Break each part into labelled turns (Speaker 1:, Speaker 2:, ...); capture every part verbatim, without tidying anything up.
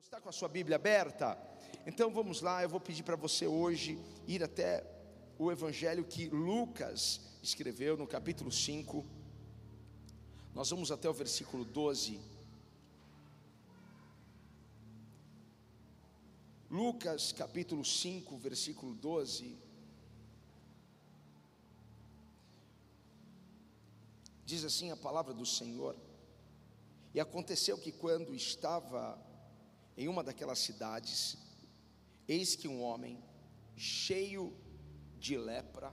Speaker 1: Está com a sua Bíblia aberta? Então vamos lá, eu vou pedir para você hoje ir até o evangelho que Lucas escreveu no capítulo cinco. Nós vamos até o versículo doze. Lucas capítulo cinco, versículo doze. Diz assim a palavra do Senhor: E aconteceu que quando estava em uma daquelas cidades, eis que um homem cheio de lepra,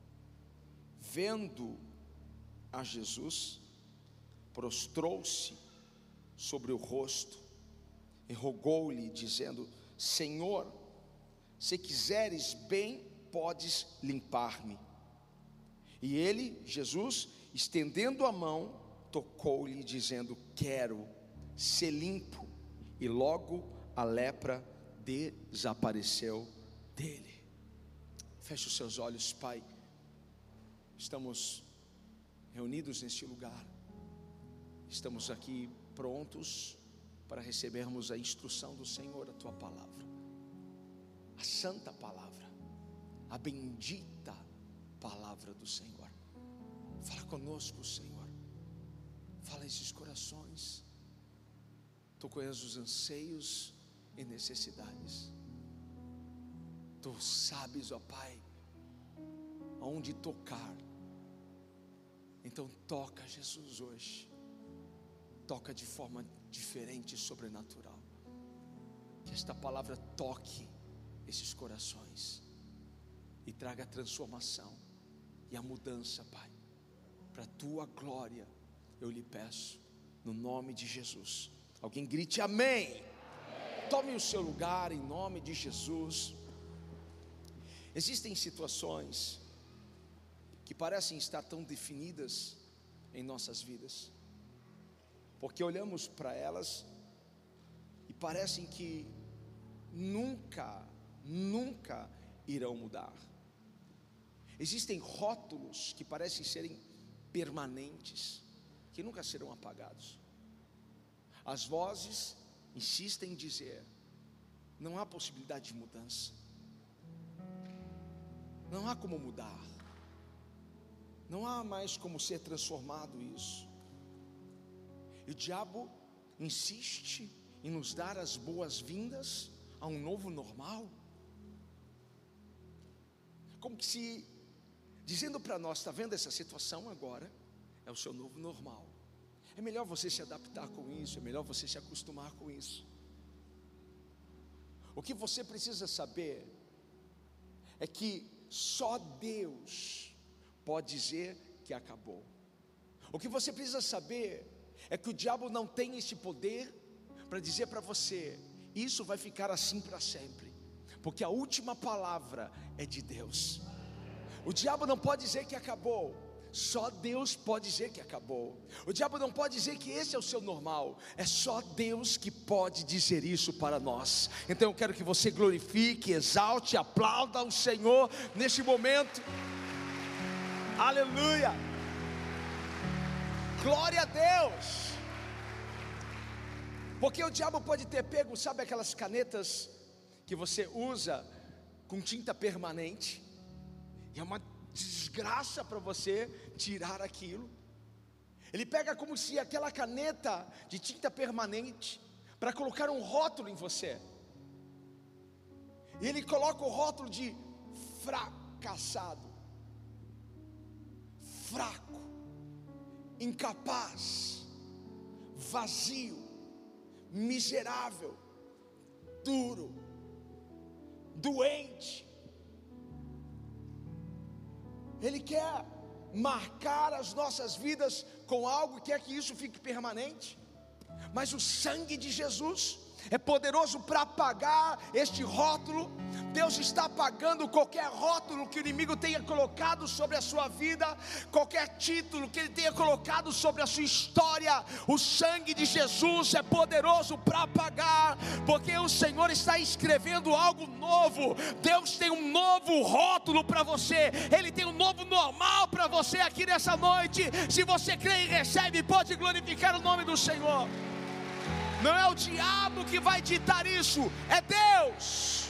Speaker 1: vendo a Jesus, prostrou-se sobre o rosto e rogou-lhe, dizendo: Senhor, se quiseres bem, podes limpar-me. E ele, Jesus, estendendo a mão, tocou-lhe, dizendo: quero ser limpo. E logo a lepra desapareceu dele. Feche os seus olhos, Pai. Estamos reunidos neste lugar. Estamos aqui prontos para recebermos a instrução do Senhor, a Tua palavra, a santa palavra, a bendita palavra do Senhor. Fala conosco, Senhor. Fala esses corações. Tu conheces os anseios e necessidades. Tu sabes, ó Pai, aonde tocar. Então toca, Jesus, hoje. Toca de forma diferente e sobrenatural. Que esta palavra toque esses corações e traga a transformação e a mudança, Pai. Para a Tua glória, eu lhe peço, no nome de Jesus. Alguém grite amém. Amém. Tome o seu lugar em nome de Jesus. Existem situações que parecem estar tão definidas em nossas vidas, porque olhamos para elas e parecem que nunca, nunca irão mudar. Existem rótulos que parecem serem permanentes, que nunca serão apagados. As vozes insistem em dizer: não há possibilidade de mudança, não há como mudar, não há mais como ser transformado isso. E o diabo insiste em nos dar as boas-vindas a um novo normal, como que se dizendo para nós: está vendo essa situação agora? É o seu novo normal. É melhor você se adaptar com isso, é melhor você se acostumar com isso. O que você precisa saber é que só Deus pode dizer que acabou. O que você precisa saber é que o diabo não tem esse poder para dizer para você: isso vai ficar assim para sempre, porque a última palavra é de Deus. O diabo não pode dizer que acabou. Só Deus pode dizer que acabou. O diabo não pode dizer que esse é o seu normal. É só Deus que pode dizer isso para nós. Então eu quero que você glorifique, exalte, aplauda o Senhor neste momento. Aleluia. Glória a Deus. Porque o diabo pode ter pego, sabe aquelas canetas que você usa com tinta permanente? E é uma desgraça para você tirar aquilo. Ele pega como se aquela caneta de tinta permanente para colocar um rótulo em você. E ele coloca o rótulo de fracassado, fraco, incapaz, vazio, miserável, duro, doente. Ele quer marcar as nossas vidas com algo, quer que isso fique permanente. Mas o sangue de Jesus é poderoso para apagar este rótulo. Deus está apagando qualquer rótulo que o inimigo tenha colocado sobre a sua vida, qualquer título que ele tenha colocado sobre a sua história. O sangue de Jesus é poderoso para apagar, porque o Senhor está escrevendo algo novo. Deus tem um novo rótulo para você, Ele tem um novo normal para você aqui nessa noite. Se você crê e recebe, pode glorificar o nome do Senhor. Não é o diabo que vai ditar isso, é Deus.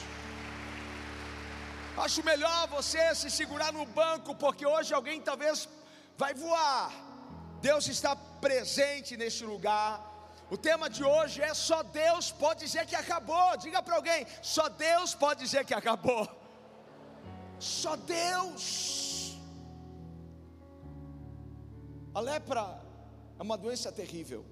Speaker 1: Acho melhor você se segurar no banco, porque hoje alguém talvez vai voar. Deus está presente neste lugar. O tema de hoje é: só Deus pode dizer que acabou. Diga para alguém: só Deus pode dizer que acabou. Só Deus. A lepra é uma doença terrível,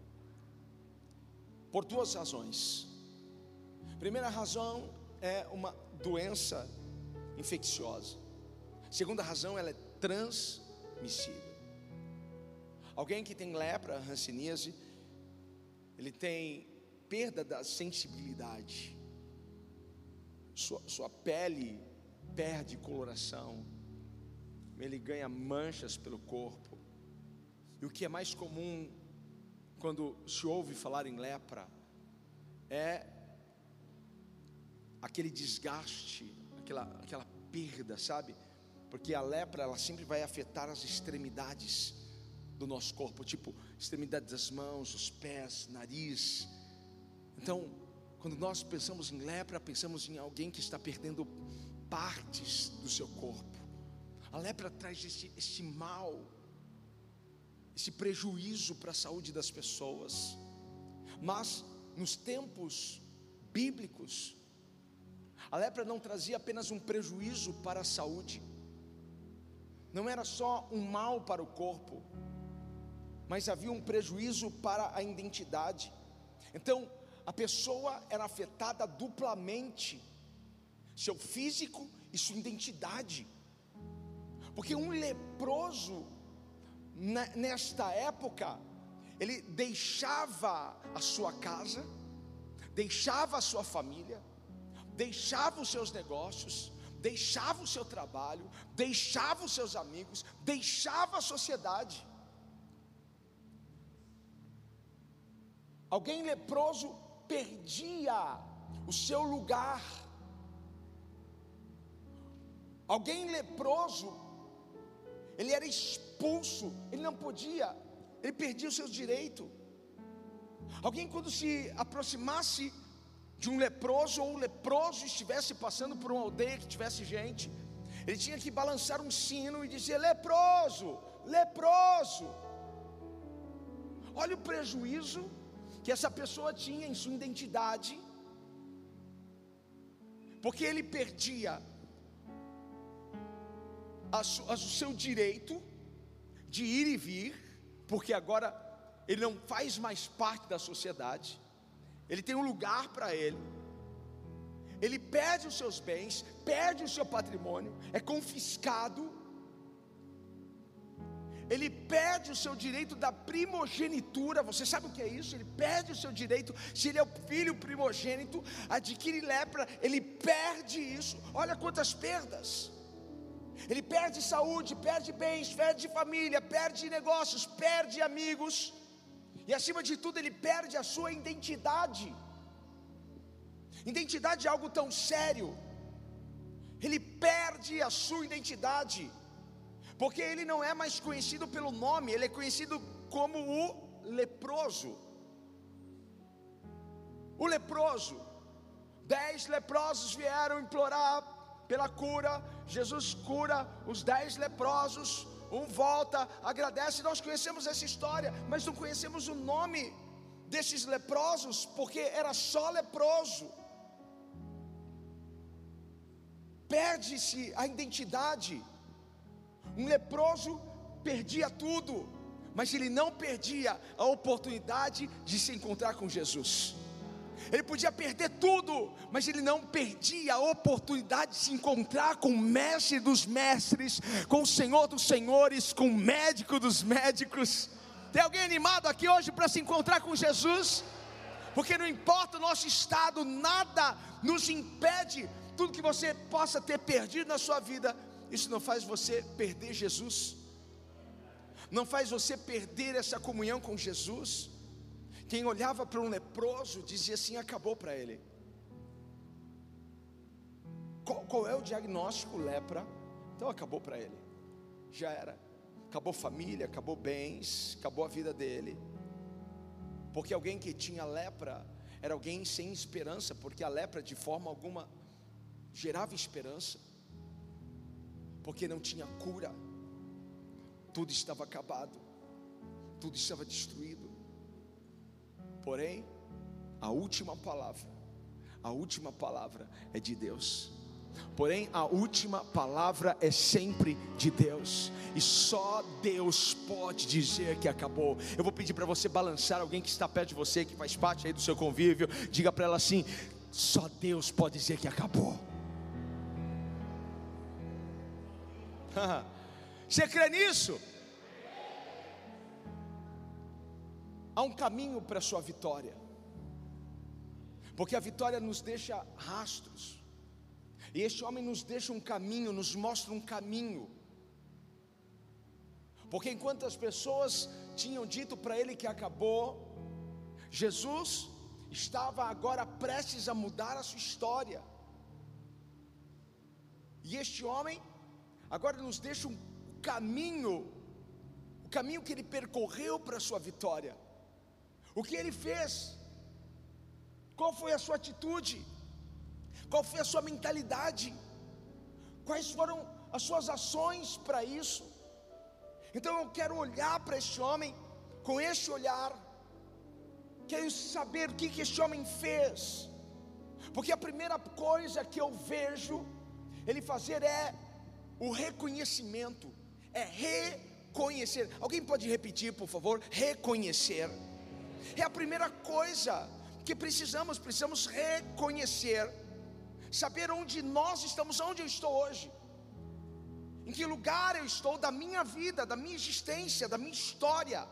Speaker 1: por duas razões. Primeira razão, é uma doença infecciosa. Segunda razão, ela é transmissível. Alguém que tem lepra, hanseníase, ele tem perda da sensibilidade, sua, sua pele perde coloração, ele ganha manchas pelo corpo. E o que é mais comum quando se ouve falar em lepra é aquele desgaste, aquela, aquela perda, sabe? Porque a lepra, ela sempre vai afetar as extremidades do nosso corpo, tipo extremidade das mãos, os pés, nariz. Então, quando nós pensamos em lepra, pensamos em alguém que está perdendo partes do seu corpo. A lepra traz esse, esse mal, esse prejuízo para a saúde das pessoas. Mas nos tempos bíblicos, a lepra não trazia apenas um prejuízo para a saúde, não era só um mal para o corpo, mas havia um prejuízo para a identidade. Então a pessoa era afetada duplamente, seu físico e sua identidade. Porque um leproso, nesta época, ele deixava a sua casa, deixava a sua família, deixava os seus negócios, deixava o seu trabalho, deixava os seus amigos, deixava a sociedade. Alguém leproso perdia o seu lugar. Alguém leproso, ele era expulso, ele não podia, ele perdia o seu direito. Alguém, quando se aproximasse de um leproso, ou o leproso estivesse passando por uma aldeia que tivesse gente, ele tinha que balançar um sino e dizer: leproso, leproso. Olha o prejuízo que essa pessoa tinha em sua identidade, porque ele perdia a su, a, o seu direito de ir e vir, porque agora ele não faz mais parte da sociedade, ele tem um lugar para ele, ele perde os seus bens, perde o seu patrimônio, é confiscado, ele perde o seu direito da primogenitura. Você sabe o que é isso? Ele perde o seu direito. Se ele é o filho primogênito, adquire lepra, ele perde isso. Olha quantas perdas. Ele perde saúde, perde bens, perde família, perde negócios, perde amigos, e acima de tudo ele perde a sua identidade. Identidade é algo tão sério. Ele perde a sua identidade, porque ele não é mais conhecido pelo nome, ele é conhecido como o leproso. O leproso, dez leprosos vieram implorar pela cura. Jesus cura os dez leprosos, um volta, agradece. Nós conhecemos essa história, mas não conhecemos o nome desses leprosos, porque era só leproso. Perde-se a identidade. Um leproso perdia tudo, mas ele não perdia a oportunidade de se encontrar com Jesus. Ele podia perder tudo, mas ele não perdia a oportunidade de se encontrar com o mestre dos mestres, com o Senhor dos senhores, com o médico dos médicos. Tem alguém animado aqui hoje para se encontrar com Jesus? Porque não importa o nosso estado, nada nos impede. Tudo que você possa ter perdido na sua vida, isso não faz você perder Jesus, não faz você perder essa comunhão com Jesus. Quem olhava para um leproso dizia assim: acabou para ele. Qual, qual é o diagnóstico? Lepra. Então acabou para ele, já era. Acabou família, acabou bens, acabou a vida dele. Porque alguém que tinha lepra era alguém sem esperança, porque a lepra de forma alguma gerava esperança, porque não tinha cura, tudo estava acabado, tudo estava destruído. Porém, a última palavra, a última palavra é de Deus. Porém, a última palavra é sempre de Deus, e só Deus pode dizer que acabou. Eu vou pedir para você balançar alguém que está perto de você, que faz parte aí do seu convívio. Diga para ela assim: só Deus pode dizer que acabou. Você crê nisso? Há um caminho para a sua vitória, porque a vitória nos deixa rastros. E este homem nos deixa um caminho, nos mostra um caminho. Porque enquanto as pessoas tinham dito para ele que acabou, Jesus estava agora prestes a mudar a sua história. E este homem agora nos deixa um caminho, o caminho que ele percorreu para a sua vitória. O que ele fez? Qual foi a sua atitude? Qual foi a sua mentalidade? Quais foram as suas ações para isso? Então eu quero olhar para este homem com este olhar. Quero saber o que, que este homem fez, porque a primeira coisa que eu vejo ele fazer é o reconhecimento. É reconhecer. Alguém pode repetir, por favor? Reconhecer. É a primeira coisa que precisamos, precisamos reconhecer. Saber onde nós estamos, onde eu estou hoje, em que lugar eu estou da minha vida, da minha existência, da minha história.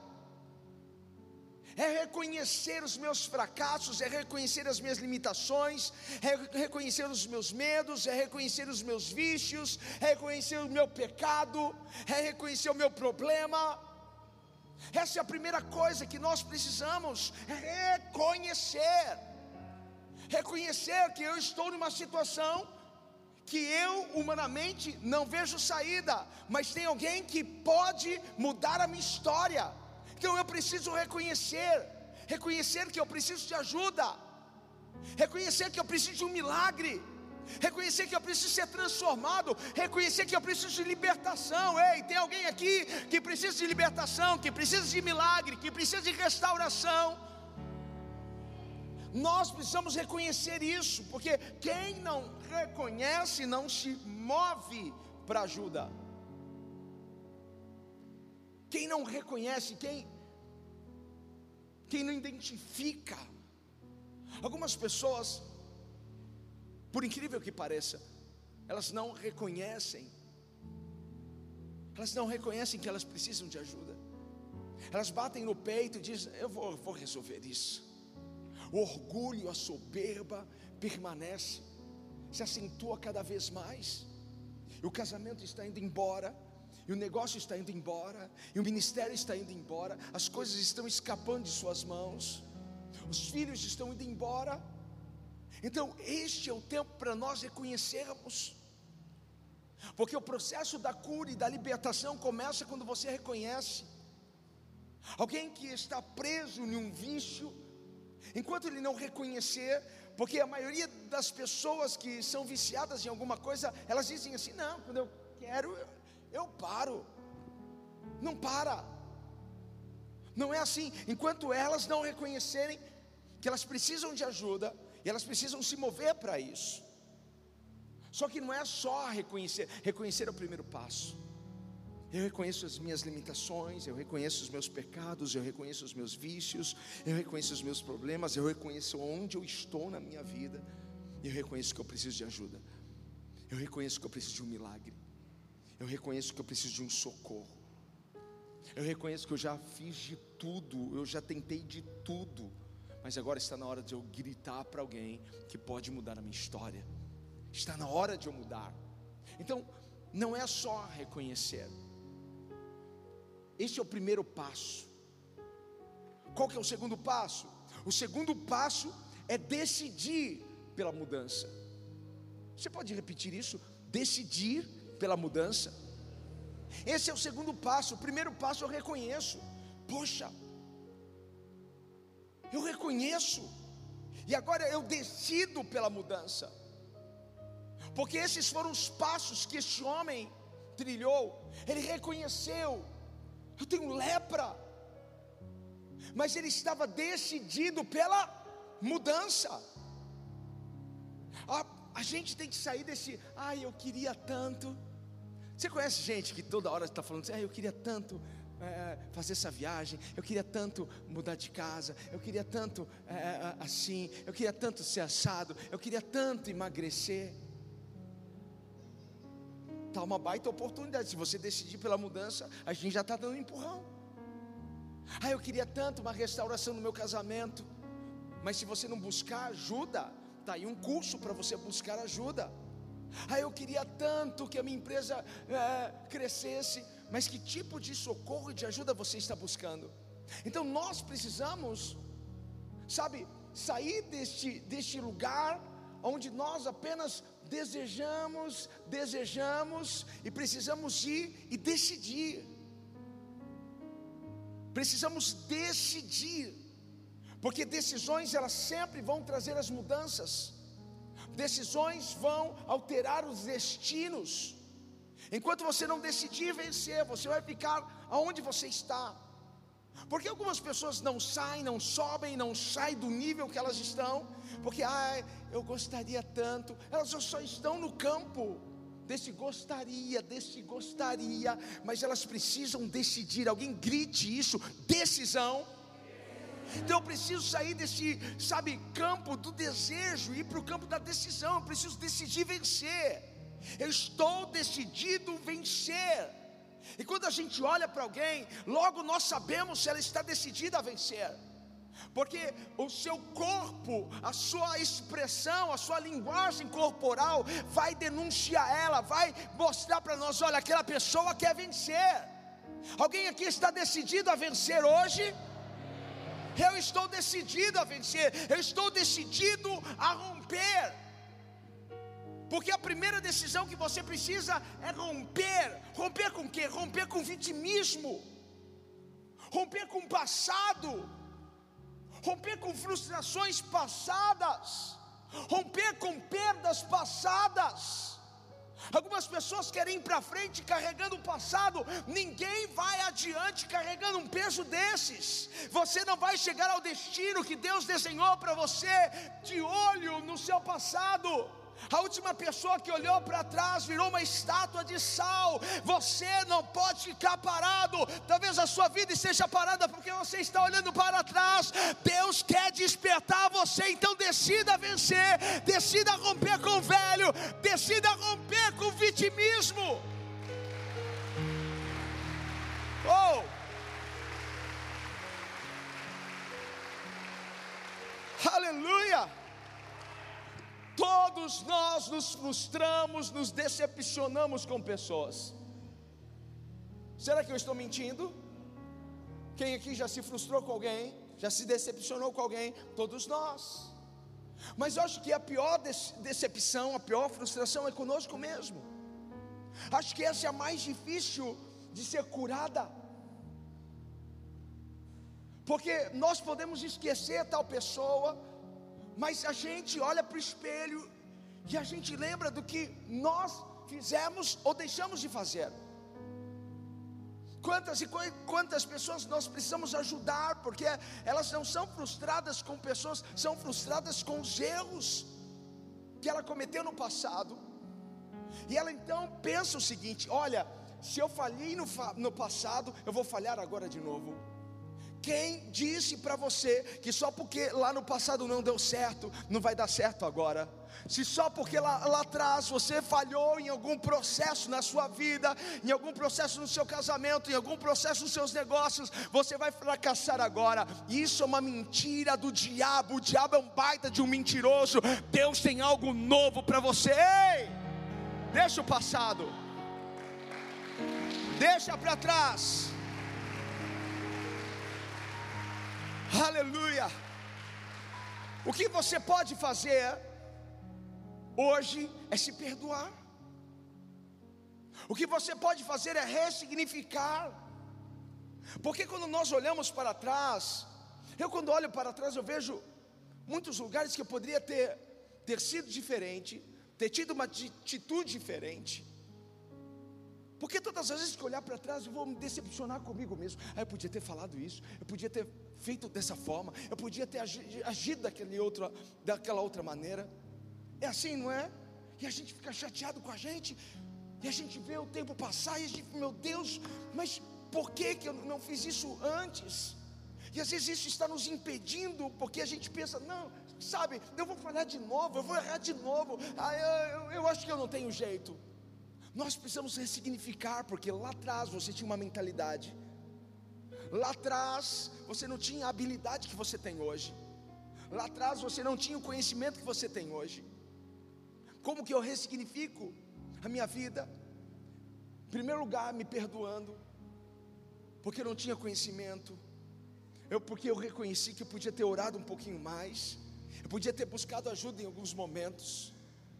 Speaker 1: É reconhecer os meus fracassos, é reconhecer as minhas limitações, é reconhecer os meus medos, é reconhecer os meus vícios, é reconhecer o meu pecado, é reconhecer o meu problema. Essa é a primeira coisa que nós precisamos, é reconhecer. Reconhecer que eu estou numa situação que eu humanamente não vejo saída, mas tem alguém que pode mudar a minha história. Então eu preciso reconhecer, reconhecer que eu preciso de ajuda, reconhecer que eu preciso de um milagre, reconhecer que eu preciso ser transformado, reconhecer que eu preciso de libertação. Ei, tem alguém aqui que precisa de libertação, que precisa de milagre, que precisa de restauração? Nós precisamos reconhecer isso, porque quem não reconhece não se move para ajuda. Quem não reconhece, quem, quem não identifica. Algumas pessoas, por incrível que pareça, elas não reconhecem, elas não reconhecem que elas precisam de ajuda. Elas batem no peito e dizem: eu vou, eu vou resolver isso. O orgulho, a soberba permanece, se acentua cada vez mais, e o casamento está indo embora, e o negócio está indo embora, e o ministério está indo embora, as coisas estão escapando de suas mãos, os filhos estão indo embora. Então este é o tempo para nós reconhecermos, porque o processo da cura e da libertação começa quando você reconhece. Alguém que está preso em um vício, enquanto ele não reconhecer, porque a maioria das pessoas que são viciadas em alguma coisa, elas dizem assim: não, quando eu quero, eu, eu paro. Não para. Não é assim. Enquanto elas não reconhecerem que elas precisam de ajuda, e elas precisam se mover para isso. Só que não é só reconhecer. Reconhecer é o primeiro passo. Eu reconheço as minhas limitações, eu reconheço os meus pecados, eu reconheço os meus vícios, eu reconheço os meus problemas, eu reconheço onde eu estou na minha vida, eu reconheço que eu preciso de ajuda, eu reconheço que eu preciso de um milagre, eu reconheço que eu preciso de um socorro, eu reconheço que eu já fiz de tudo, eu já tentei de tudo, mas agora está na hora de eu gritar para alguém que pode mudar a minha história. Está na hora de eu mudar. Então não é só reconhecer. Este é o primeiro passo. Qual que é o segundo passo? O segundo passo é decidir pela mudança. Você pode repetir isso? Decidir pela mudança. Esse é o segundo passo. O primeiro passo eu reconheço. Poxa, eu reconheço, e agora eu decido pela mudança, porque esses foram os passos que este homem trilhou. Ele reconheceu: eu tenho lepra, mas ele estava decidido pela mudança. A, a gente tem que sair desse, ai, eu queria tanto. Você conhece gente que toda hora está falando assim, ah, eu queria tanto é, fazer essa viagem, eu queria tanto mudar de casa, eu queria tanto é, assim, eu queria tanto ser assado, eu queria tanto emagrecer. Está uma baita oportunidade. Se você decidir pela mudança, a gente já está dando um empurrão. Ah, eu queria tanto uma restauração no meu casamento, mas se você não buscar ajuda, está aí um curso para você buscar ajuda. Ah, eu queria tanto que a minha empresa é, crescesse, mas que tipo de socorro e de ajuda você está buscando? Então nós precisamos, sabe, sair deste, deste lugar onde nós apenas desejamos, desejamos e precisamos ir e decidir. Precisamos decidir, porque decisões elas sempre vão trazer as mudanças. Decisões vão alterar os destinos. Enquanto você não decidir vencer, você vai ficar aonde você está. Porque algumas pessoas não saem, não sobem, não saem do nível que elas estão, porque, ai, eu gostaria tanto. Elas só estão no campo desse gostaria, desse gostaria, mas elas precisam decidir. Alguém grite isso: decisão. Então eu preciso sair desse, sabe, campo do desejo e ir para o campo da decisão. Eu preciso decidir vencer. Eu estou decidido vencer. E quando a gente olha para alguém, logo nós sabemos se ela está decidida a vencer, porque o seu corpo, a sua expressão, a sua linguagem corporal vai denunciar ela, vai mostrar para nós: olha, aquela pessoa quer vencer. Alguém aqui está decidido a vencer hoje? Eu estou decidido a vencer, eu estou decidido a romper. Porque a primeira decisão que você precisa é romper. Romper com o quê? Romper com vitimismo, romper com o passado, romper com frustrações passadas, romper com perdas passadas. Algumas pessoas querem ir para frente carregando o passado. Ninguém vai adiante carregando um peso desses. Você não vai chegar ao destino que Deus desenhou para você de olho no seu passado. A última pessoa que olhou para trás virou uma estátua de sal. Você não pode ficar parado. Talvez a sua vida esteja parada porque você está olhando para trás. Deus quer despertar você, então decida vencer. Decida romper com o velho. Decida romper com o vitimismo. Oh! Aleluia! Todos nós nos frustramos, nos decepcionamos com pessoas. Será que eu estou mentindo? Quem aqui já se frustrou com alguém? Já se decepcionou com alguém? Todos nós. Mas eu acho que a pior decepção, a pior frustração é conosco mesmo. Acho que essa é a mais difícil de ser curada, porque nós podemos esquecer tal pessoa, mas a gente olha para o espelho e a gente lembra do que nós fizemos ou deixamos de fazer. Quantas e quantas pessoas nós precisamos ajudar, porque elas não são frustradas com pessoas, são frustradas com os erros que ela cometeu no passado. E ela então pensa o seguinte: olha, se eu falhei no, no passado, eu vou falhar agora de novo. Quem disse para você que só porque lá no passado não deu certo, não vai dar certo agora? Se só porque lá, lá atrás você falhou em algum processo na sua vida, em algum processo no seu casamento, em algum processo nos seus negócios, você vai fracassar agora. Isso é uma mentira do diabo. O diabo é um baita de um mentiroso. Deus tem algo novo para você. Ei, deixa o passado, deixa para trás. Aleluia. O que você pode fazer hoje é se perdoar. O que você pode fazer é ressignificar. Porque quando nós olhamos para trás, Eu quando olho para trás, eu vejo muitos lugares que eu poderia ter, ter sido diferente, ter tido uma atitude diferente. Porque todas as vezes que eu olhar para trás, eu vou me decepcionar comigo mesmo. Ah, eu podia ter falado isso, eu podia ter feito dessa forma, eu podia ter agido, agido daquele outro, daquela outra maneira. É assim, não é? E a gente fica chateado com a gente, e a gente vê o tempo passar, e a gente, meu Deus, mas por que que eu não fiz isso antes? E às vezes isso está nos impedindo, porque a gente pensa, não, sabe, eu vou falhar de novo, eu vou errar de novo, ah, eu, eu, eu acho que eu não tenho jeito. Nós precisamos ressignificar, porque lá atrás você tinha uma mentalidade, lá atrás você não tinha a habilidade que você tem hoje, lá atrás você não tinha o conhecimento que você tem hoje. Como que eu ressignifico a minha vida? Em primeiro lugar, me perdoando, porque eu não tinha conhecimento, eu, porque eu reconheci que eu podia ter orado um pouquinho mais, eu podia ter buscado ajuda em alguns momentos,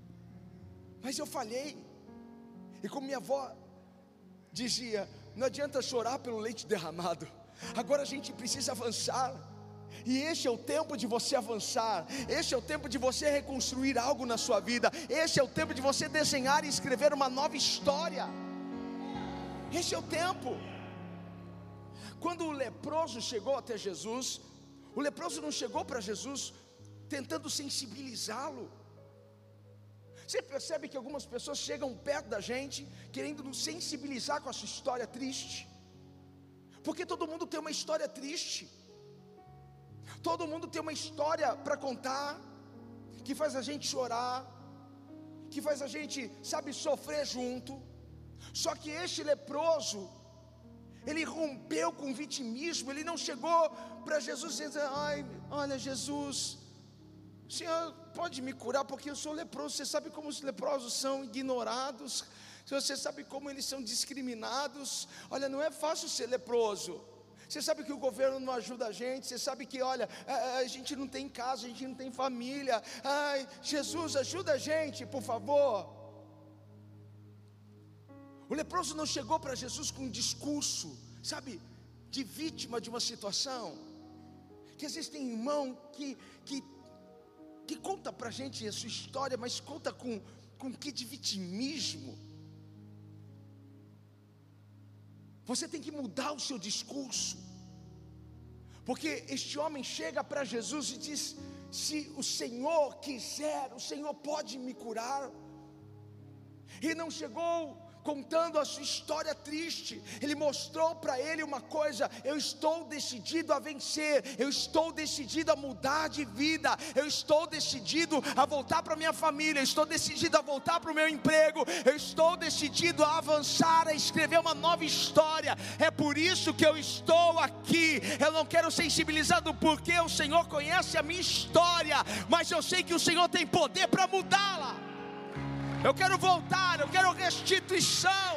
Speaker 1: mas eu falhei. E como minha avó dizia, não adianta chorar pelo leite derramado, agora a gente precisa avançar. E este é o tempo de você avançar, este é o tempo de você reconstruir algo na sua vida, este é o tempo de você desenhar e escrever uma nova história. Este é o tempo. Quando o leproso chegou até Jesus, o leproso não chegou para Jesus tentando sensibilizá-lo. Você percebe que algumas pessoas chegam perto da gente querendo nos sensibilizar com a sua história triste, porque todo mundo tem uma história triste, todo mundo tem uma história para contar, que faz a gente chorar, que faz a gente, sabe, sofrer junto. Só que este leproso, ele rompeu com o vitimismo, ele não chegou para Jesus dizendo, ai, olha Jesus, o Senhor pode me curar porque eu sou leproso. Você sabe como os leprosos são ignorados, você sabe como eles são discriminados. Olha, não é fácil ser leproso. Você sabe que o governo não ajuda a gente, você sabe que, olha, a, a gente não tem casa, a gente não tem família. Ai, Jesus, ajuda a gente, por favor. O leproso não chegou para Jesus com um discurso, sabe, de vítima de uma situação. Que às vezes tem irmão que, que, que conta para a gente a sua história, mas conta com, com que de vitimismo. Você tem que mudar o seu discurso, porque este homem chega para Jesus e diz, se o Senhor quiser, o Senhor pode me curar. E não chegou contando a sua história triste, ele mostrou para ele uma coisa, eu estou decidido a vencer, eu estou decidido a mudar de vida, eu estou decidido a voltar para minha família, eu estou decidido a voltar para o meu emprego, eu estou decidido a avançar, a escrever uma nova história. É por isso que eu estou aqui. Eu não quero sensibilizado porque o Senhor conhece a minha história, mas eu sei que o Senhor tem poder para mudá-la. Eu quero voltar, eu quero restituição,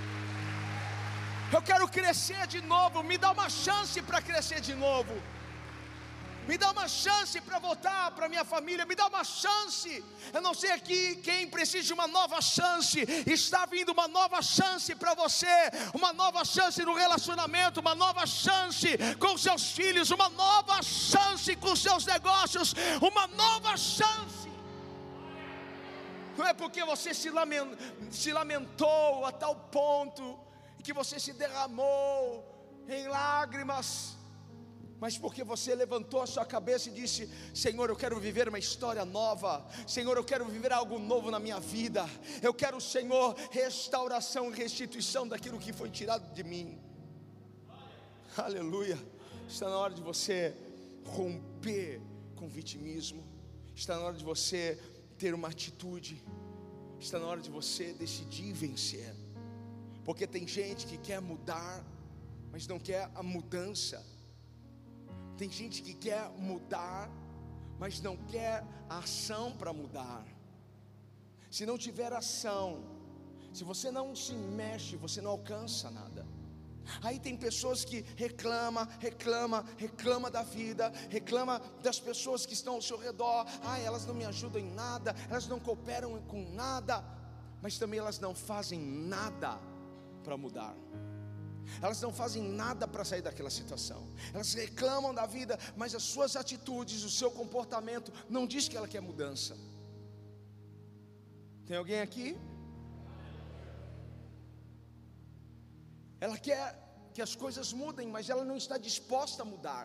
Speaker 1: eu quero crescer de novo. Me dá uma chance para crescer de novo, me dá uma chance para voltar para minha família, me dá uma chance. Eu não sei aqui quem precisa de uma nova chance. Está vindo uma nova chance para você, uma nova chance no relacionamento, uma nova chance com seus filhos, uma nova chance com seus negócios, uma nova chance. Não é porque você se lamentou, se lamentou a tal ponto que você se derramou em lágrimas, mas porque você levantou a sua cabeça e disse, Senhor, eu quero viver uma história nova, Senhor, eu quero viver algo novo na minha vida, eu quero, Senhor, restauração e restituição daquilo que foi tirado de mim. Aleluia. Está na hora de você romper com o vitimismo, está na hora de você ter uma atitude, está na hora de você decidir vencer, porque tem gente que quer mudar, mas não quer a mudança. Tem gente que quer mudar, mas não quer a ação para mudar. Se não tiver ação, se você não se mexe, você não alcança nada. Aí tem pessoas que reclama, reclama, reclama da vida, reclama das pessoas que estão ao seu redor. Ah, elas não me ajudam em nada, elas não cooperam com nada, mas também elas não fazem nada para mudar. elas não fazem nada para sair daquela situação, elas reclamam da vida, mas as suas atitudes, o seu comportamento não diz que ela quer mudança. Tem alguém aqui? Ela quer que as coisas mudem, mas ela não está disposta a mudar.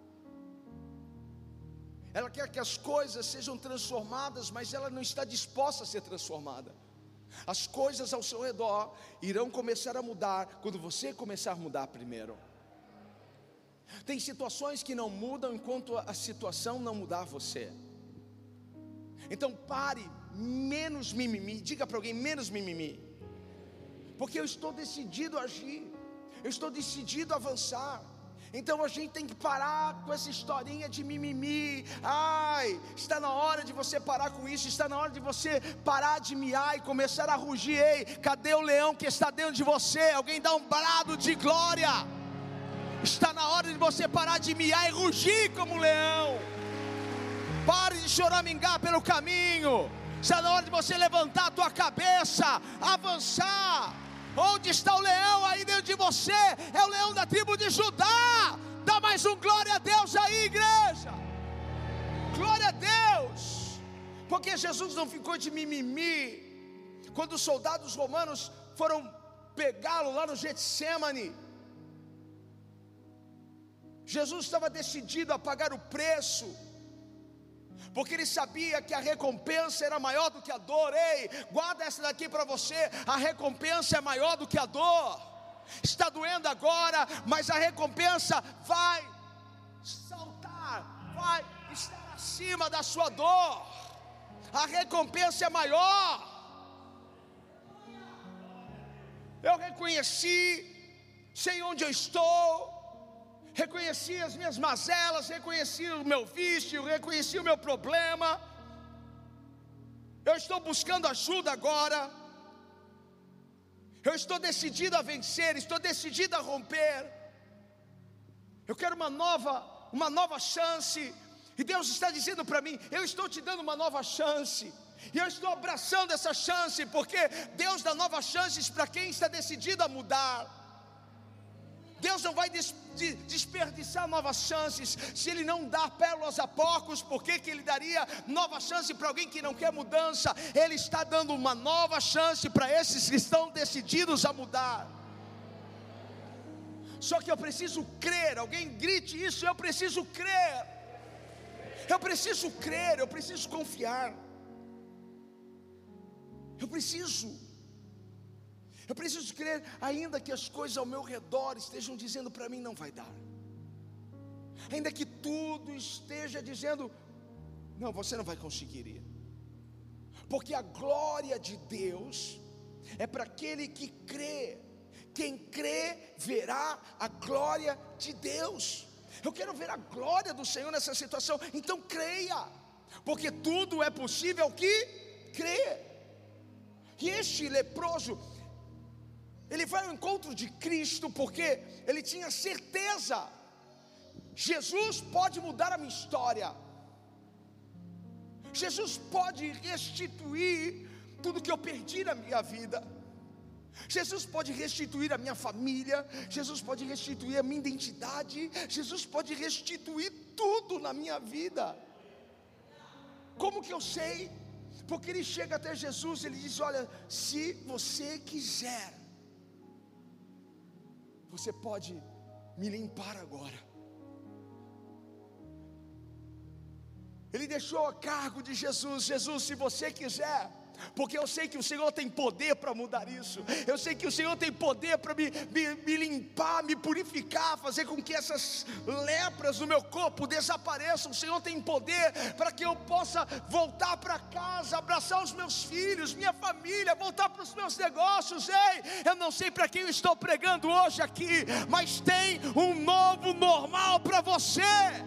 Speaker 1: Ela quer que as coisas sejam transformadas, mas ela não está disposta a ser transformada. As coisas ao seu redor irão começar a mudar quando você começar a mudar primeiro. Tem situações que não mudam enquanto a situação não mudar você. Então pare, menos mimimi. Diga para alguém, menos mimimi. Porque eu estou decidido a agir, eu estou decidido a avançar. Então a gente tem que parar com essa historinha de mimimi. Ai, está na hora de você parar com isso. Está na hora de você parar de miar e começar a rugir. Ei, cadê o leão que está dentro de você? Alguém dá um brado de glória. Está na hora de você parar de miar e rugir como um leão. Pare de choramingar pelo caminho. Está na hora de você levantar a tua cabeça, avançar. Onde está o leão aí dentro de você? É o leão da tribo de Judá. Dá mais um glória a Deus aí, igreja. Glória a Deus. Porque Jesus não ficou de mimimi quando os soldados romanos foram pegá-lo lá no Getsemane. Jesus estava decidido a pagar o preço, porque ele sabia que a recompensa era maior do que a dor. Ei, guarda essa daqui para você. A recompensa é maior do que a dor. Está doendo agora, mas a recompensa vai saltar, vai estar acima da sua dor. A recompensa é maior. Eu reconheci, sei onde eu estou, reconheci as minhas mazelas, reconheci o meu vício, reconheci o meu problema. Eu estou buscando ajuda agora. Eu estou decidido a vencer, estou decidido a romper. Eu quero uma nova, uma nova chance. E Deus está dizendo para mim, eu estou te dando uma nova chance. E eu estou abraçando essa chance, porque Deus dá novas chances para quem está decidido a mudar. Deus não vai des, de, desperdiçar novas chances. Se Ele não dá pérolas a porcos, por que que Ele daria nova chance para alguém que não quer mudança? Ele está dando uma nova chance para esses que estão decididos a mudar. Só que eu preciso crer. Alguém grite isso, eu preciso crer. Eu preciso crer, eu preciso confiar. Eu preciso Eu preciso crer, ainda que as coisas ao meu redor estejam dizendo para mim não vai dar, ainda que tudo esteja dizendo não, você não vai conseguir ir, porque a glória de Deus é para aquele que crê. Quem crê verá a glória de Deus. Eu quero ver a glória do Senhor nessa situação. Então creia, porque tudo é possível que crê. E este leproso, ele vai ao encontro de Cristo porque ele tinha certeza: Jesus pode mudar a minha história, Jesus pode restituir tudo que eu perdi na minha vida, Jesus pode restituir a minha família, Jesus pode restituir a minha identidade, Jesus pode restituir tudo na minha vida. Como que eu sei? Porque ele chega até Jesus, ele diz: olha, se você quiser, você pode me limpar agora. Ele deixou a cargo de Jesus: Jesus, se você quiser, porque eu sei que o Senhor tem poder para mudar isso. Eu sei que o Senhor tem poder para me, me, me limpar, me purificar, fazer com que essas lepras do meu corpo desapareçam. O Senhor tem poder para que eu possa voltar para casa, abraçar os meus filhos, minha família, voltar para os meus negócios. Ei, eu não sei para quem eu estou pregando hoje aqui, mas tem um novo normal para você.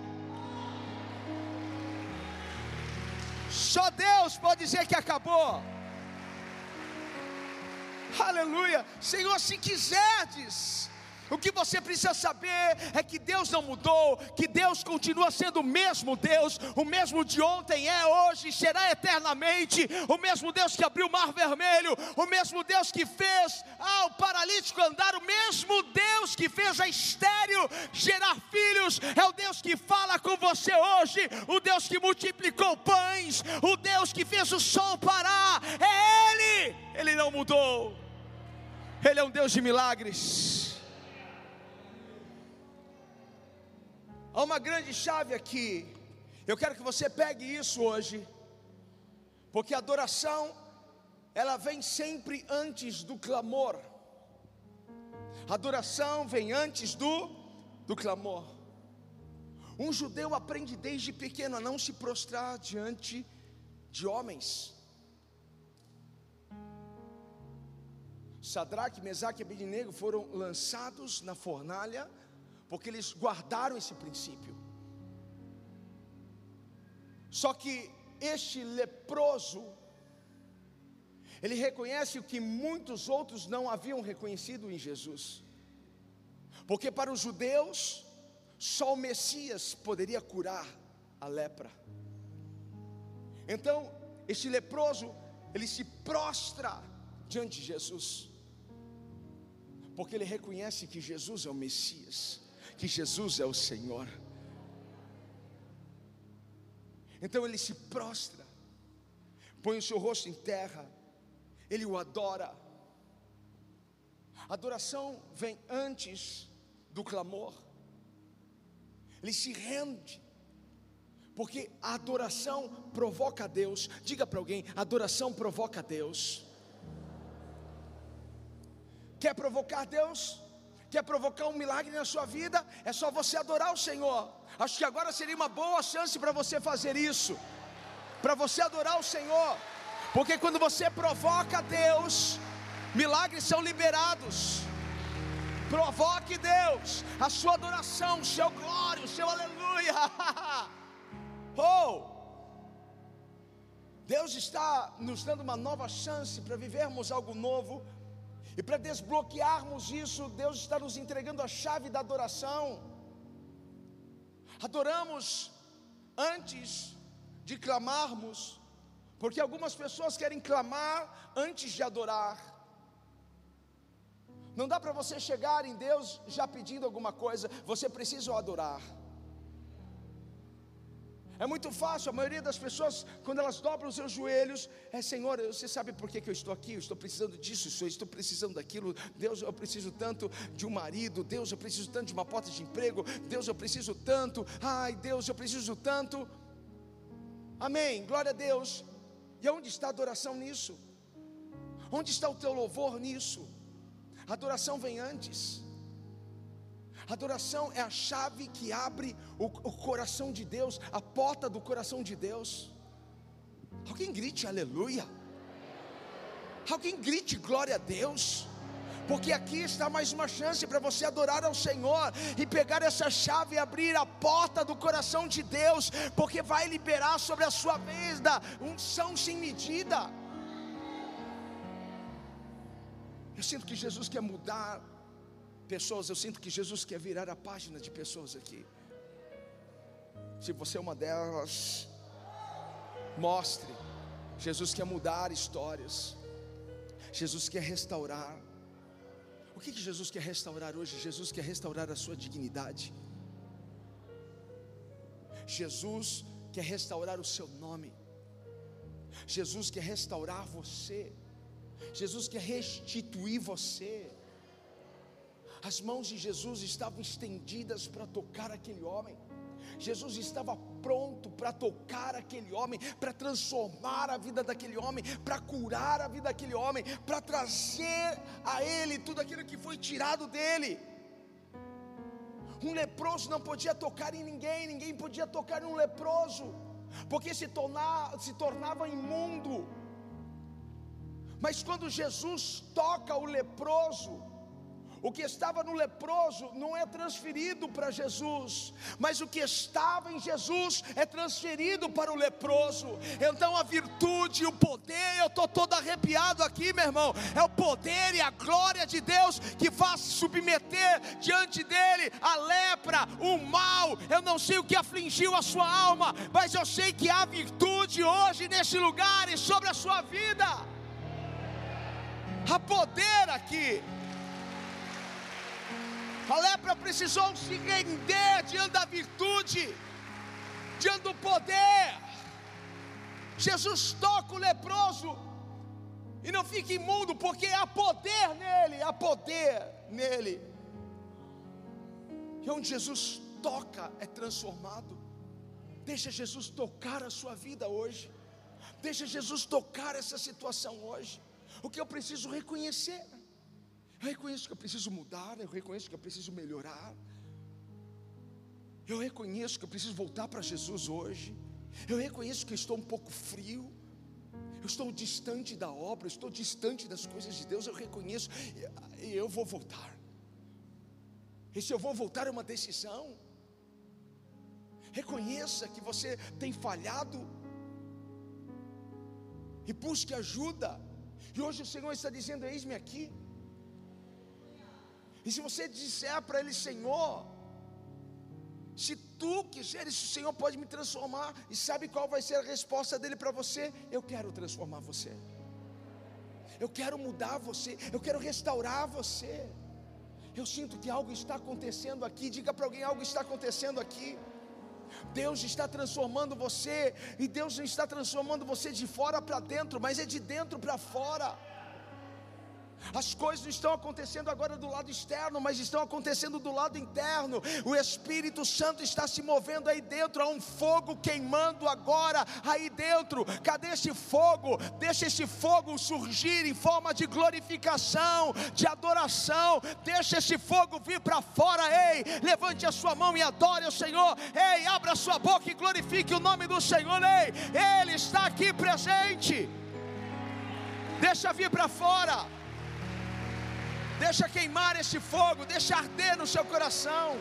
Speaker 1: Só Deus pode dizer que acabou. Aleluia. Senhor, se quiserdes, O que você precisa saber é que Deus não mudou, que Deus continua sendo o mesmo Deus, o mesmo de ontem, é hoje, será eternamente, o mesmo Deus que abriu o mar vermelho, o mesmo Deus que fez ah, o paralítico andar, o mesmo Deus que fez a estéril gerar filhos, é o Deus que fala com você hoje, o Deus que multiplicou pães, o Deus que fez o sol parar, é Ele, Ele não mudou, Ele é um Deus de milagres. Há uma grande chave aqui, eu quero que você pegue isso hoje, porque a adoração, ela vem sempre antes do clamor, a adoração vem antes do, do clamor. Um judeu aprende desde pequeno a não se prostrar diante de homens. Sadraque, Mesaque e Abednego foram lançados na fornalha, porque eles guardaram esse princípio. Só que este leproso, ele reconhece o que muitos outros não haviam reconhecido em Jesus, porque para os judeus, só o Messias poderia curar a lepra. Então, este leproso, ele se prostra diante de Jesus, porque ele reconhece que Jesus é o Messias, que Jesus é o Senhor. Então ele se prostra, põe o seu rosto em terra, ele o adora. A adoração vem antes do clamor, ele se rende, porque a adoração provoca a Deus. Diga para alguém: a adoração provoca a Deus. Quer provocar Deus? Quer provocar um milagre na sua vida? É só você adorar o Senhor. Acho que agora seria uma boa chance para você fazer isso, para você adorar o Senhor, porque quando você provoca Deus, milagres são liberados. Provoque Deus, a sua adoração, o seu glória, o seu aleluia. Oh, Deus está nos dando uma nova chance para vivermos algo novo. E para desbloquearmos isso, Deus está nos entregando a chave da adoração. Adoramos antes de clamarmos, porque algumas pessoas querem clamar antes de adorar. Não dá para você chegar em Deus já pedindo alguma coisa, você precisa o adorar. É muito fácil, a maioria das pessoas, quando elas dobram os seus joelhos, é: Senhor, você sabe por que, que eu estou aqui? Eu estou precisando disso, eu estou precisando daquilo. Deus, eu preciso tanto de um marido. Deus, eu preciso tanto de uma porta de emprego. Deus, eu preciso tanto. Ai, Deus, eu preciso tanto. Amém, glória a Deus. E onde está a adoração nisso? Onde está o teu louvor nisso? A adoração vem antes. A adoração é a chave que abre o, o coração de Deus, a porta do coração de Deus. Alguém grite aleluia. Alguém grite glória a Deus. Porque aqui está mais uma chance para você adorar ao Senhor e pegar essa chave e abrir a porta do coração de Deus, porque vai liberar sobre a sua vida unção sem medida. Eu sinto que Jesus quer mudar pessoas, eu sinto que Jesus quer virar a página de pessoas aqui. Se você é uma delas, mostre. Jesus quer mudar histórias, Jesus quer restaurar. O que que Jesus quer restaurar hoje? Jesus quer restaurar a sua dignidade. Jesus quer restaurar o seu nome. Jesus quer restaurar você. Jesus quer restituir você. As mãos de Jesus estavam estendidas para tocar aquele homem. Jesus estava pronto para tocar aquele homem, para transformar a vida daquele homem, para curar a vida daquele homem, para trazer a ele tudo aquilo que foi tirado dele. Um leproso não podia tocar em ninguém, ninguém podia tocar em um leproso, porque se, tornar, se tornava imundo. Mas quando Jesus toca o leproso, o que estava no leproso não é transferido para Jesus, mas o que estava em Jesus é transferido para o leproso. Então a virtude, o poder, eu estou estou todo arrepiado aqui, meu irmão. É o poder e a glória de Deus que faz submeter diante dele a lepra, o mal. Eu não sei o que afligiu a sua alma, mas eu sei que há virtude hoje nesse lugar e sobre a sua vida. Há poder aqui. A lepra precisou se render diante da virtude, diante do poder. Jesus toca o leproso e não fica imundo, porque há poder nele, há poder nele. E onde Jesus toca é transformado. Deixa Jesus tocar a sua vida hoje. Deixa Jesus tocar essa situação hoje. O que eu preciso reconhecer? Eu reconheço que eu preciso mudar, eu reconheço que eu preciso melhorar. Eu reconheço que eu preciso voltar para Jesus hoje. Eu reconheço que eu estou um pouco frio. Eu estou distante da obra, eu estou distante das coisas de Deus. Eu reconheço e eu vou voltar. E se eu vou voltar é uma decisão. Reconheça que você tem falhado e busque ajuda. E hoje o Senhor está dizendo: eis-me aqui. E se você disser para Ele: Senhor, se Tu quiseres, o Senhor pode me transformar. E sabe qual vai ser a resposta dele para você? Eu quero transformar você. Eu quero mudar você. Eu quero restaurar você. Eu sinto que algo está acontecendo aqui. Diga para alguém: algo está acontecendo aqui. Deus está transformando você. E Deus não está transformando você de fora para dentro, mas é de dentro para fora. As coisas não estão acontecendo agora do lado externo, mas estão acontecendo do lado interno. O Espírito Santo está se movendo aí dentro. Há um fogo queimando agora aí dentro. Cadê esse fogo? Deixa esse fogo surgir em forma de glorificação, de adoração. Deixa esse fogo vir para fora. Ei, levante a sua mão e adore o Senhor. Ei, abra a sua boca e glorifique o nome do Senhor. Ei, Ele está aqui presente. Deixa vir para fora. Deixa queimar esse fogo, deixa arder no seu coração.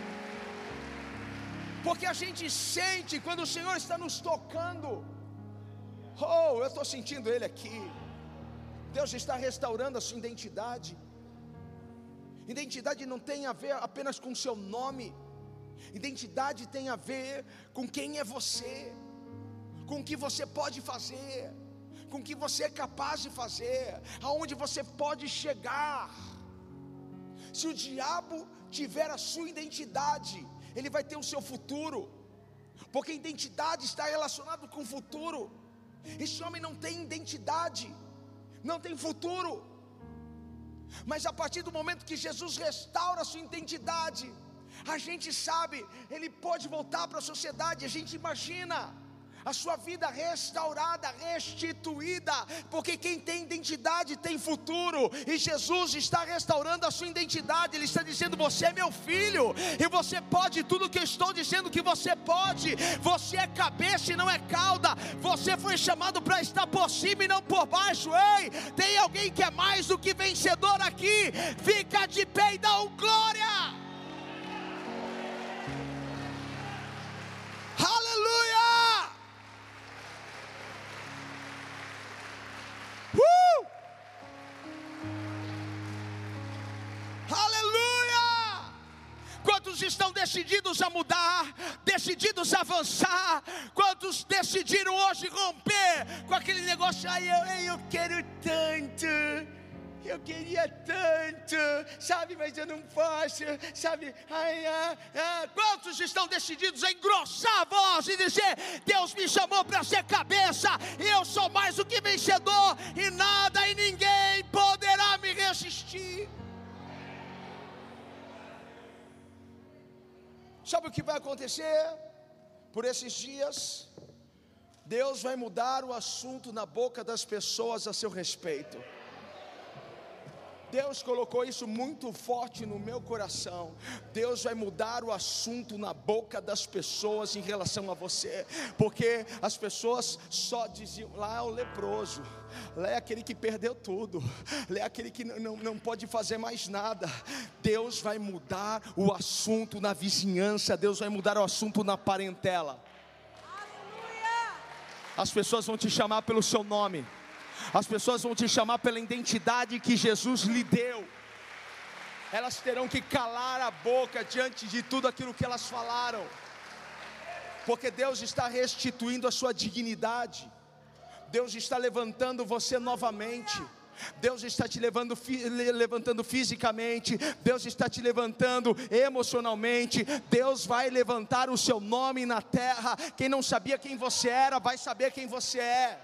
Speaker 1: Porque a gente sente quando o Senhor está nos tocando. Oh, eu estou sentindo Ele aqui. Deus está restaurando a sua identidade. Identidade não tem a ver apenas com o seu nome. Identidade tem a ver com quem é você, com o que você pode fazer, com o que você é capaz de fazer, aonde você pode chegar. Se o diabo tiver a sua identidade, ele vai ter o seu futuro, porque identidade está relacionado com o futuro. Esse homem não tem identidade, não tem futuro, mas a partir do momento que Jesus restaura a sua identidade, a gente sabe, ele pode voltar para a sociedade. A gente imagina a sua vida restaurada, restituída, porque quem tem identidade tem futuro, e Jesus está restaurando a sua identidade. Ele está dizendo: você é meu filho, e você pode tudo que eu estou dizendo que você pode. Você é cabeça e não é cauda. Você foi chamado para estar por cima e não por baixo. Ei, tem alguém que é mais do que vencedor aqui? Fica de pé e dá um glória. Aleluia! Uh! Aleluia! Quantos estão decididos a mudar, decididos a avançar? Quantos decidiram hoje romper com aquele negócio? Ai, eu, eu quero tanto, eu queria tanto, sabe, mas eu não posso, sabe? Ai, ai, ai. Quantos estão decididos a engrossar a voz e dizer: Deus me chamou para ser cabeça, eu sou mais do que vencedor, e nada e ninguém poderá me resistir? Sabe o que vai acontecer? Por esses dias, Deus vai mudar o assunto na boca das pessoas a seu respeito. Deus colocou isso muito forte no meu coração. Deus vai mudar o assunto na boca das pessoas em relação a você, porque as pessoas só diziam: lá é o leproso, lá é aquele que perdeu tudo, lá é aquele que não, não pode fazer mais nada. Deus vai mudar o assunto na vizinhança, Deus vai mudar o assunto na parentela. As pessoas vão te chamar pelo seu nome. As pessoas vão te chamar pela identidade que Jesus lhe deu. Elas terão que calar a boca diante de tudo aquilo que elas falaram, porque Deus está restituindo a sua dignidade. Deus está levantando você novamente. Deus está te levando, levantando fisicamente. Deus está te levantando emocionalmente. Deus vai levantar o seu nome na terra. Quem não sabia quem você era, vai saber quem você é.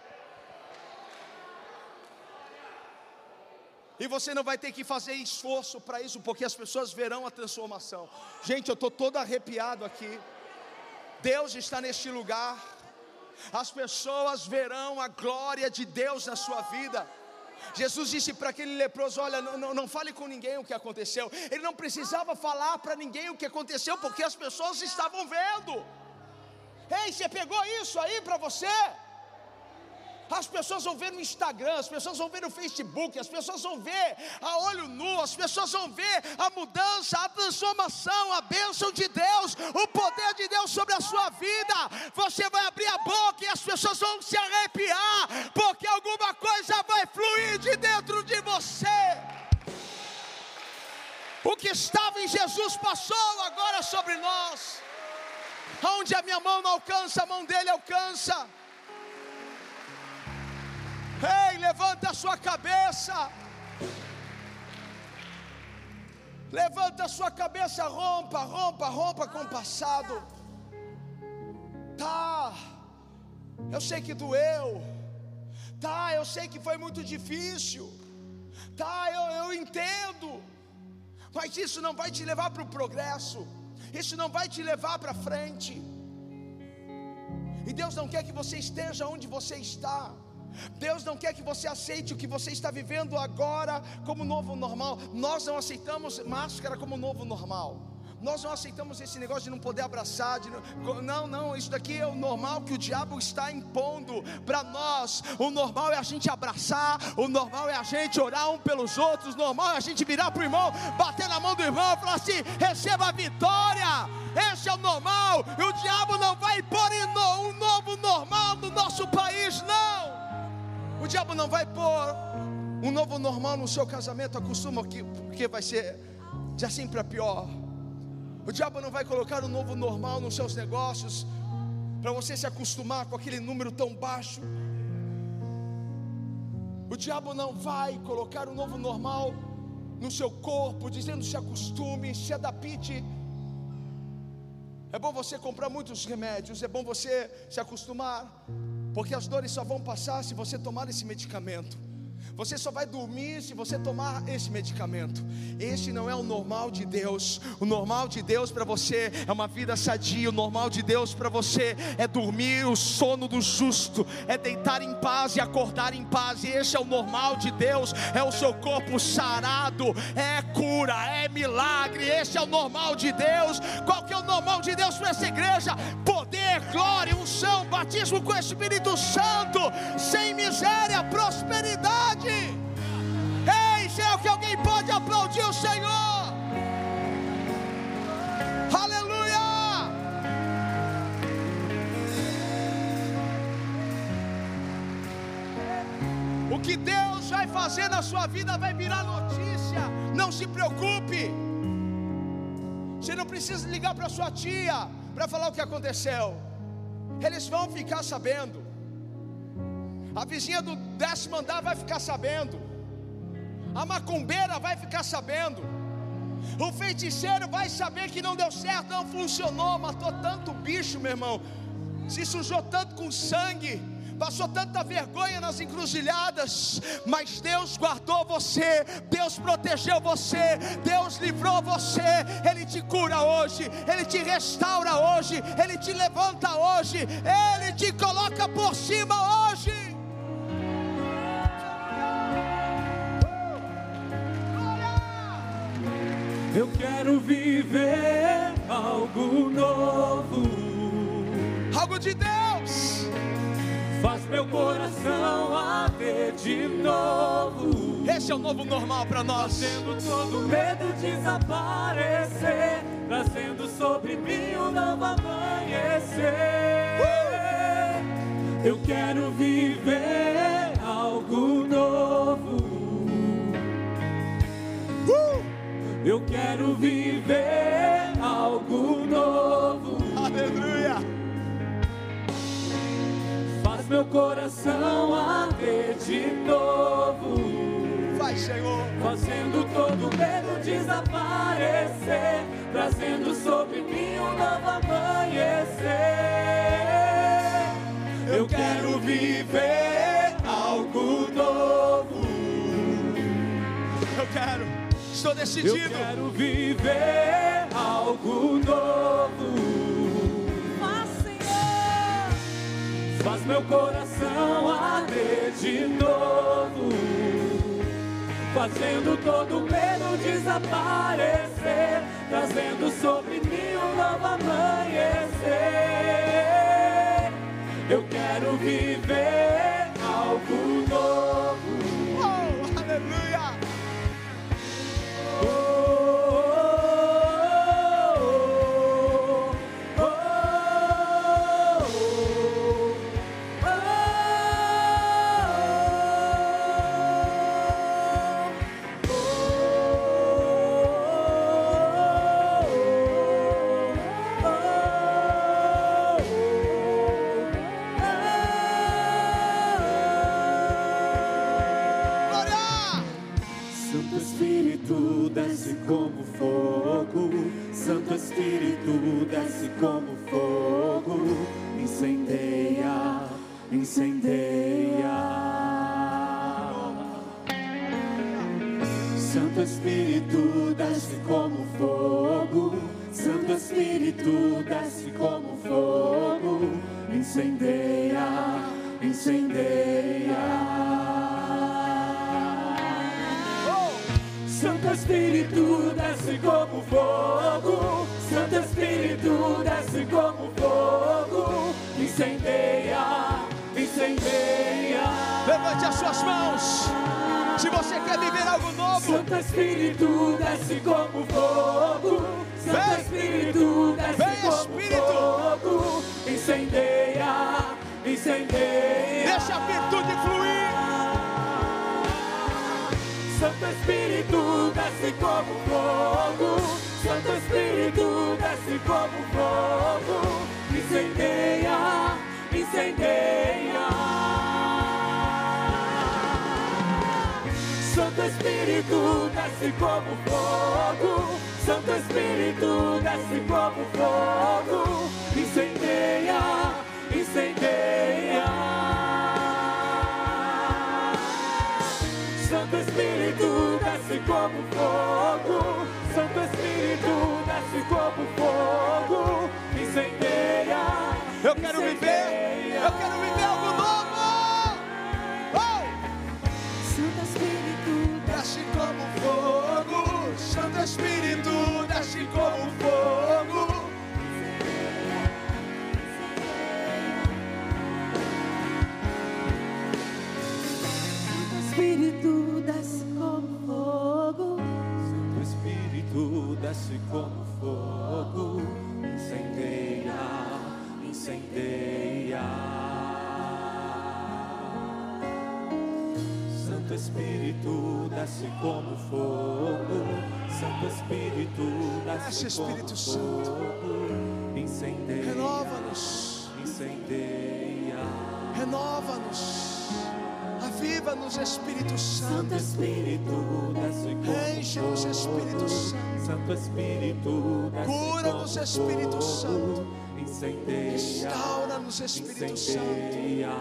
Speaker 1: E você não vai ter que fazer esforço para isso, porque as pessoas verão a transformação. Gente, eu estou todo arrepiado aqui. Deus está neste lugar. As pessoas verão a glória de Deus na sua vida. Jesus disse para aquele leproso: olha, não, não, não fale com ninguém o que aconteceu. Ele não precisava falar para ninguém o que aconteceu, porque as pessoas estavam vendo. Ei, você pegou isso aí para você? As pessoas vão ver no Instagram, as pessoas vão ver no Facebook, as pessoas vão ver a olho nu, as pessoas vão ver a mudança, a transformação, a bênção de Deus, o poder de Deus sobre a sua vida. Você vai abrir a boca e as pessoas vão se arrepiar, porque alguma coisa vai fluir de dentro de você. O que estava em Jesus passou agora sobre nós. Onde a minha mão não alcança, a mão dele alcança. Ei, levanta a sua cabeça. Levanta a sua cabeça, rompa, rompa, rompa com o passado. Tá, eu sei que doeu. Tá, eu sei que foi muito difícil. Tá, eu, eu entendo. Mas isso não vai te levar para o progresso. Isso não vai te levar para frente. E Deus não quer que você esteja onde você está. Deus não quer que você aceite o que você está vivendo agora como novo normal. Nós não aceitamos máscara como novo normal. Nós não aceitamos esse negócio de não poder abraçar, de não, não, não, isso daqui é o normal que o diabo está impondo para nós. O normal é a gente abraçar, o normal é a gente orar um pelos outros, o normal é a gente virar para o irmão, bater na mão do irmão e falar assim: receba a vitória. Esse é o normal. E o diabo não vai impor um novo normal no nosso país, não. O diabo não vai pôr um novo normal no seu casamento. Acostuma, porque vai ser de assim para pior. O diabo não vai colocar um novo normal nos seus negócios, para você se acostumar com aquele número tão baixo. O diabo não vai colocar um novo normal no seu corpo, dizendo: se acostume, se adapte. É bom você comprar muitos remédios, é bom você se acostumar, porque as dores só vão passar se você tomar esse medicamento. Você só vai dormir se você tomar esse medicamento. Este não é o normal de Deus. O normal de Deus para você é uma vida sadia. O normal de Deus para você é dormir o sono do justo, é deitar em paz e acordar em paz. E este é o normal de Deus. É o seu corpo sarado, é cura, é milagre. Este é o normal de Deus. Qual que é o normal de Deus para essa igreja? Poder, glória, unção, batismo com o Espírito Santo, sem miséria, prosperidade. Ei, será que alguém pode aplaudir o Senhor? Aleluia! O que Deus vai fazer na sua vida vai virar notícia. Não se preocupe. Você não precisa ligar para sua tia para falar o que aconteceu. Eles vão ficar sabendo. A vizinha do décimo andar vai ficar sabendo. A macumbeira vai ficar sabendo. O feiticeiro vai saber que não deu certo, não funcionou. Matou tanto bicho, meu irmão. Se sujou tanto com sangue. Passou tanta vergonha nas encruzilhadas. Mas Deus guardou você. Deus protegeu você. Deus livrou você. Ele te cura hoje. Ele te restaura hoje. Ele te levanta hoje. Ele te coloca por cima hoje.
Speaker 2: Eu quero viver algo novo,
Speaker 1: algo de Deus.
Speaker 2: Faz meu coração arder de novo.
Speaker 1: Esse é o novo normal para nós.
Speaker 2: Fazendo todo medo desaparecer, trazendo sobre mim um novo amanhecer. uh! Eu quero viver algo novo. quero viver algo novo.
Speaker 1: Aleluia.
Speaker 2: Faz meu coração arder de novo.
Speaker 1: Vai, Senhor.
Speaker 2: Fazendo todo medo desaparecer, trazendo sobre mim um novo amanhecer. Eu quero viver algo novo.
Speaker 1: Eu quero, estou decidido.
Speaker 2: Eu quero viver algo novo. Faz, Senhor. Faz meu coração arder de novo, fazendo todo medo desaparecer, trazendo sobre mim um novo amanhecer. Eu quero viver algo novo.
Speaker 1: Oh, aleluia.
Speaker 2: Oh, oh, oh, oh, Santo Espírito desce como fogo, Santo Espírito desce como fogo, incendeia, incendeia. Santo Espírito desce como fogo, Santo Espírito desce como fogo, incendeia, incendeia. Santo Espírito desce como fogo, Santo Espírito desce como fogo, incendeia, incendeia.
Speaker 1: Levante as suas mãos. Se você quer viver algo novo,
Speaker 2: Santo Espírito desce como fogo, Santo Espírito desce como fogo, incendeia, incendeia.
Speaker 1: Deixa a virtude fluir.
Speaker 2: Santo Espírito desce como fogo, Santo Espírito desce como fogo, incendeia, incendeia. Santo Espírito desce como fogo, Santo Espírito desce como fogo, incendeia, incendeia. Santo Espírito desce como fogo, Santo Espírito desce como fogo, incendeia.
Speaker 1: Eu quero viver, eu quero viver algo novo. Oh!
Speaker 2: Santo Espírito
Speaker 1: Desce como fogo, Santo Espírito desce como fogo.
Speaker 2: Espírito desce como fogo, Santo Espírito desce como fogo, incendeia, incendeia. Santo Espírito desce como fogo, Santo Espírito desce,
Speaker 1: Desce,
Speaker 2: como
Speaker 1: Espírito
Speaker 2: fogo,
Speaker 1: Santo.
Speaker 2: incendeia,
Speaker 1: Renova-nos,
Speaker 2: incendeia.
Speaker 1: renova-nos. Aviva-nos, Espírito
Speaker 2: Santo
Speaker 1: Santo.
Speaker 2: Espírito desce como
Speaker 1: Enche-nos, Espírito Santo.
Speaker 2: Santo Espírito desce
Speaker 1: Cura-nos,
Speaker 2: como
Speaker 1: Espírito
Speaker 2: fogo,
Speaker 1: Santo.
Speaker 2: incendeia,
Speaker 1: Restaura-nos, Espírito Santo.
Speaker 2: incendeia.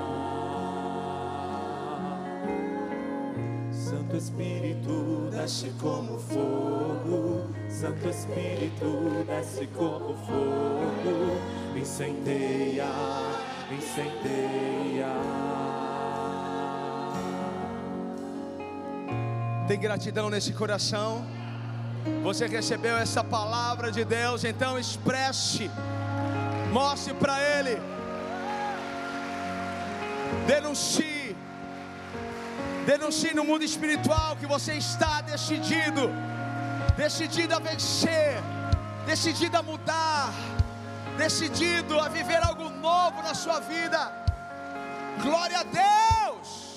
Speaker 2: Santo Espírito desce como fogo, Santo Espírito desce como fogo, incendeia, incendeia.
Speaker 1: Tem gratidão nesse coração? Você recebeu essa palavra de Deus, então expresse, mostre para Ele, denuncie, denuncie no mundo espiritual que você está decidido, decidido a vencer, decidido a mudar, decidido a viver algo novo na sua vida. Glória a Deus!